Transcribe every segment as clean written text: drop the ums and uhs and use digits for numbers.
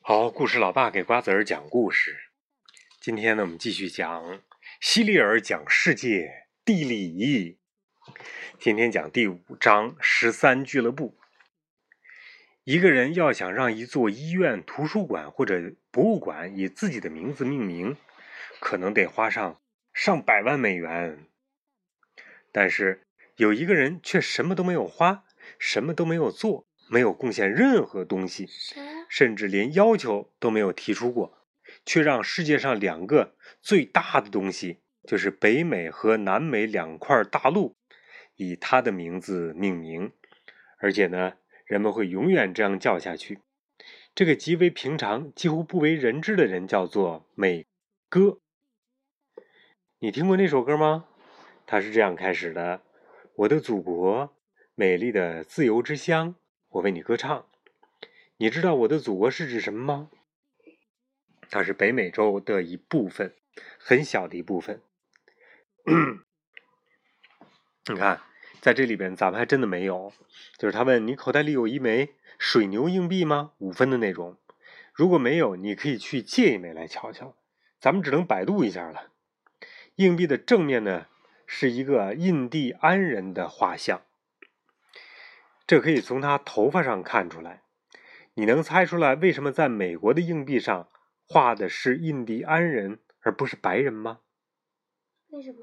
好，故事老爸给瓜子儿讲故事。今天呢，我们继续讲希利尔讲世界地理。今天讲第5章13俱乐部。一个人要想让一座医院、图书馆或者博物馆以自己的名字命名，可能得花上上百万美元。但是有一个人却什么都没有花，什么都没有做，没有贡献任何东西，甚至连要求都没有提出过，却让世界上2个最大的东西，就是北美和南美2块大陆，以他的名字命名。而且呢，人们会永远这样叫下去。这个极为平常、几乎不为人知的人叫做美歌。你听过那首歌吗？它是这样开始的：我的祖国，美丽的自由之乡，我为你歌唱。你知道我的祖国是指什么吗？它是北美洲的一部分，很小的一部分。你看，在这里边咱们还真的没有。就是他问你口袋里有一枚水牛硬币吗？5分的那种。如果没有，你可以去借一枚来瞧瞧。咱们只能百度一下了。硬币的正面呢，是一个印第安人的画像。这可以从他头发上看出来。你能猜出来为什么在美国的硬币上画的是印第安人而不是白人吗？ 为什么？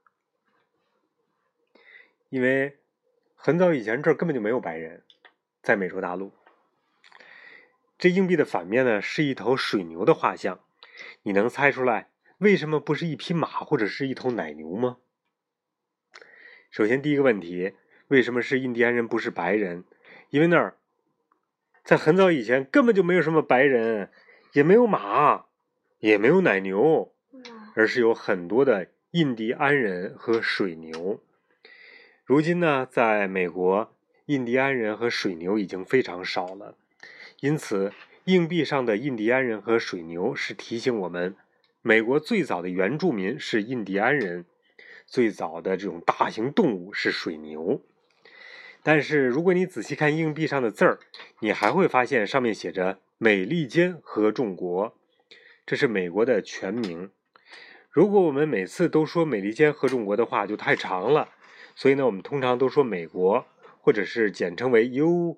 因为很早以前这儿根本就没有白人，在美洲大陆。这硬币的反面呢，是一头水牛的画像。你能猜出来为什么不是一匹马或者是一头奶牛吗？首先第一个问题，为什么是印第安人不是白人？因为那儿在很早以前根本就没有什么白人，也没有马，也没有奶牛，而是有很多的印第安人和水牛。如今呢，在美国，印第安人和水牛已经非常少了，因此硬币上的印第安人和水牛是提醒我们，美国最早的原住民是印第安人，最早的这种大型动物是水牛。但是如果你仔细看硬币上的字儿，你还会发现上面写着美利坚合众国，这是美国的全名。如果我们每次都说美利坚合众国的话就太长了，所以呢，我们通常都说美国，或者是简称为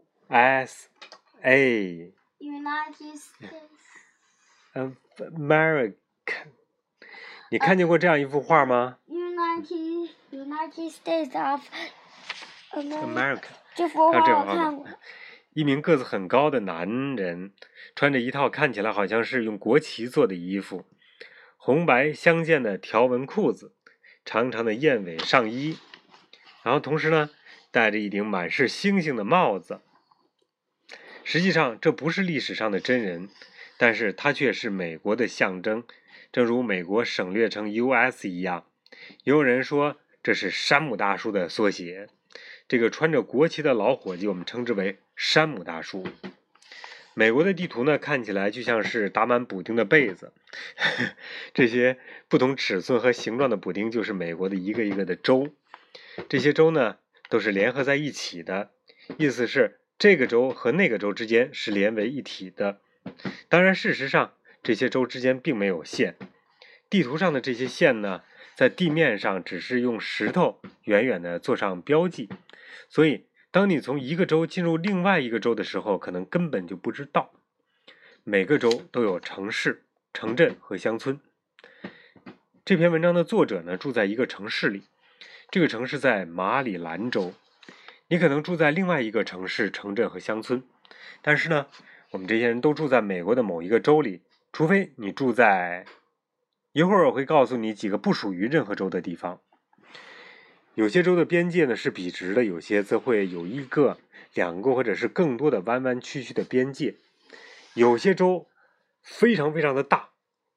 USA。United States。America。你看见过这样一幅画吗？ United States of America。 这幅画我看过。 一名个子很高的男人，穿着一套看起来好像是用国旗做的衣服，红白相间的条纹裤子，长长的燕尾上衣，然后同时呢，戴着一顶满是星星的帽子。实际上这不是历史上的真人，但是他却是美国的象征，正如美国省略成 US 一样。也有人说这是山姆大叔的缩写。这个穿着国旗的老伙计我们称之为山姆大叔。美国的地图呢，看起来就像是打满补丁的被子。这些不同尺寸和形状的补丁就是美国的一个一个的州。这些州呢，都是联合在一起的，意思是这个州和那个州之间是连为一体的。当然事实上这些州之间并没有线，地图上的这些线呢，在地面上只是用石头远远地做上标记，所以当你从一个州进入另外一个州的时候，可能根本就不知道。每个州都有城市、城镇和乡村。这篇文章的作者呢，住在一个城市里，这个城市在马里兰州。你可能住在另外一个城市、城镇和乡村，但是呢，我们这些人都住在美国的某一个州里，除非你住在，一会儿我会告诉你几个不属于任何州的地方。有些州的边界呢是笔直的，有些则会有1个、2个或者是更多的弯弯曲曲的边界。有些州非常非常的大，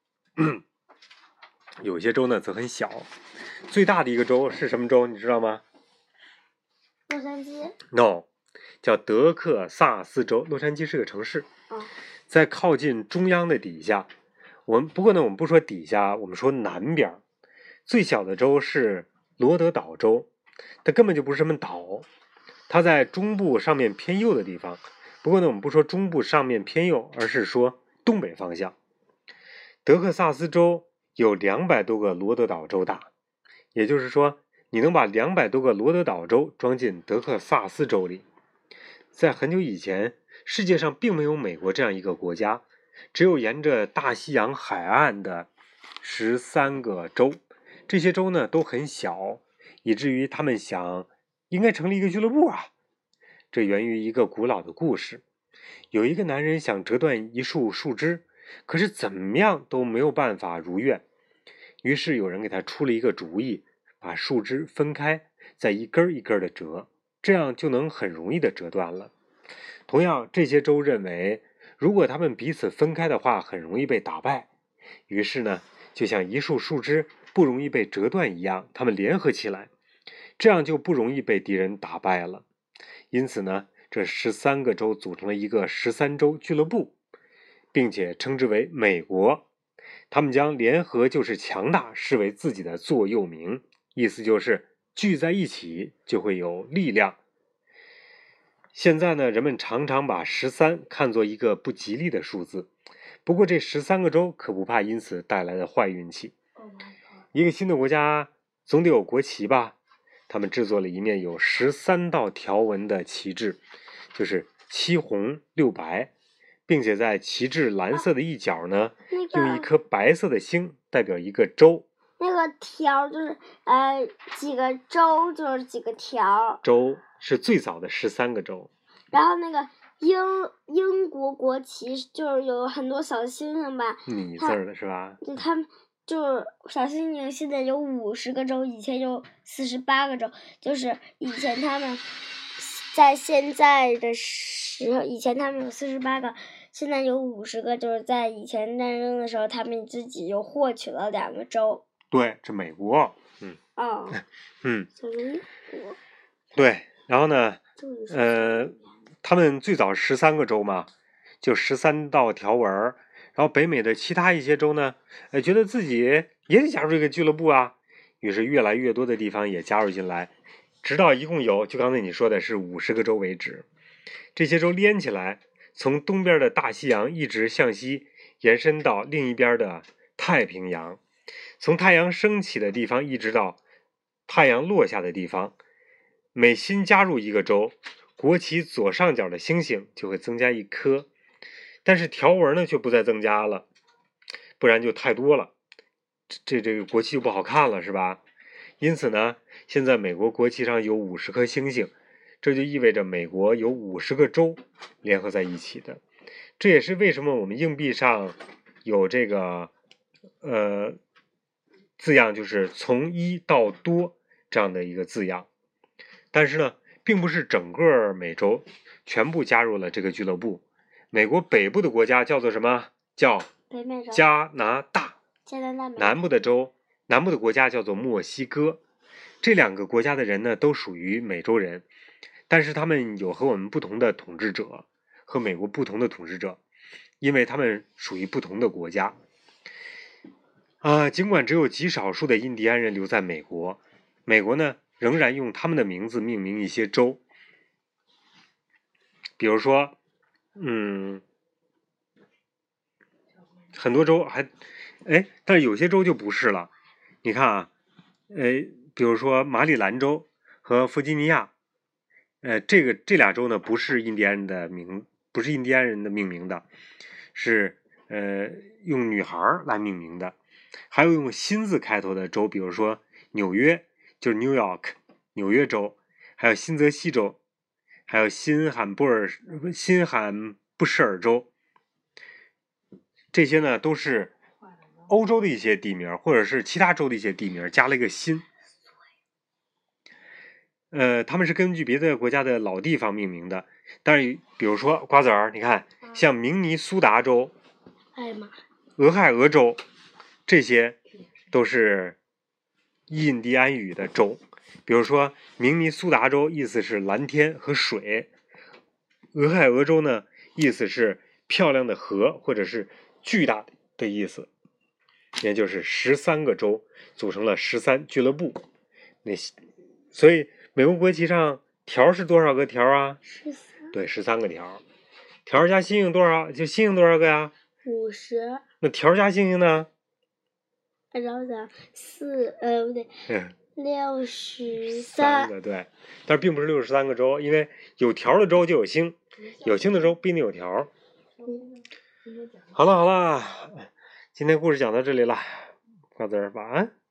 有些州呢则很小。最大的一个州是什么州你知道吗？ 洛杉矶 No， 叫德克萨斯州。洛杉矶是个城市，在靠近中央的底下。不过呢，我们不说底下，我们说南边。最小的州是罗德岛州，它根本就不是什么岛，它在中部上面偏右的地方。不过呢，我们不说中部上面偏右，而是说东北方向。德克萨斯州有200多个罗德岛州大，也就是说，你能把200多个罗德岛州装进德克萨斯州里。在很久以前，世界上并没有美国这样一个国家，只有沿着大西洋海岸的13个州。这些州呢都很小，以至于他们想应该成立一个俱乐部啊。这源于一个古老的故事。有一个男人想折断一束树枝，可是怎么样都没有办法如愿。于是有人给他出了一个主意，把树枝分开，再一根一根的折，这样就能很容易的折断了。同样，这些州认为，如果他们彼此分开的话，很容易被打败。于是呢，就像一束树枝不容易被折断一样，他们联合起来，这样就不容易被敌人打败了。因此呢，这13个州组成了一个13州俱乐部，并且称之为美国。他们将联合就是强大视为自己的座右铭，意思就是聚在一起就会有力量。现在呢，人们常常把13看作一个不吉利的数字，不过这13个州可不怕因此带来的坏运气。一个新的国家总得有国旗吧？他们制作了一面有13道条纹的旗帜，就是7红6白，并且在旗帜蓝色的一角呢，用一颗白色的星代表一个州。 那个条就是几个州就是几个条。 州是最早的13个州。 然后那个英国国旗就是有很多小星星吧？ 米字的是吧？ 他们就是小星星，现在有50个州，以前有48个州。就是以前他们在现在的时候，以前他们有48个，现在有50个。就是在以前战争的时候，他们自己又获取了2个州。 对，这美国。 哦。小英国。 对，然后呢，他们最早13个州嘛，就13道条纹。然后北美的其他一些州呢，觉得自己也得加入这个俱乐部啊，于是越来越多的地方也加入进来，直到一共有，就刚才你说的是50个州为止。这些州连起来，从东边的大西洋一直向西延伸到另一边的太平洋，从太阳升起的地方一直到太阳落下的地方。每新加入一个州，国旗左上角的星星就会增加一颗，但是条纹呢却不再增加了，不然就太多了，这个国旗就不好看了，是吧？因此呢，现在美国国旗上有50颗星星，这就意味着美国有50个州联合在一起的。这也是为什么我们硬币上有这个字样，就是从一到多这样的一个字样。但是呢，并不是整个美洲全部加入了这个俱乐部。美国北部的国家叫做什么？叫加拿大。南部的国家叫做墨西哥。这2个国家的人呢，都属于美洲人，但是他们有和我们不同的统治者，和美国不同的统治者，因为他们属于不同的国家。尽管只有极少数的印第安人留在美国，美国呢仍然用他们的名字命名一些州，比如说，很多州还，但是有些州就不是了。你看啊，比如说马里兰州和弗吉尼亚，这俩州呢不是印第安人的命名的，是用女孩来命名的。还有用新字开头的州，比如说纽约，就是 New York 纽约州，还有新泽西州，还有新罕布什尔州。这些呢都是欧洲的一些地名，或者是其他州的一些地名，加了一个新。他们是根据别的国家的老地方命名的。但是比如说瓜子儿，你看像明尼苏达州、俄亥俄州，这些都是印第安语的州。比如说明尼苏达州意思是蓝天和水，俄亥俄州呢意思是漂亮的河或者是巨大的意思。也就是13个州组成了13俱乐部。所以美国国旗上条是多少个条啊？13。对，13个条。条加星星多少？就星星多少个呀？ 50。 那条加星星呢？ 按照的不对 ，63 63 个，对，但是并不是63个州，因为有条的州就有星，有星的州不一定有条。好了，今天故事讲到这里了，瓜子儿晚安。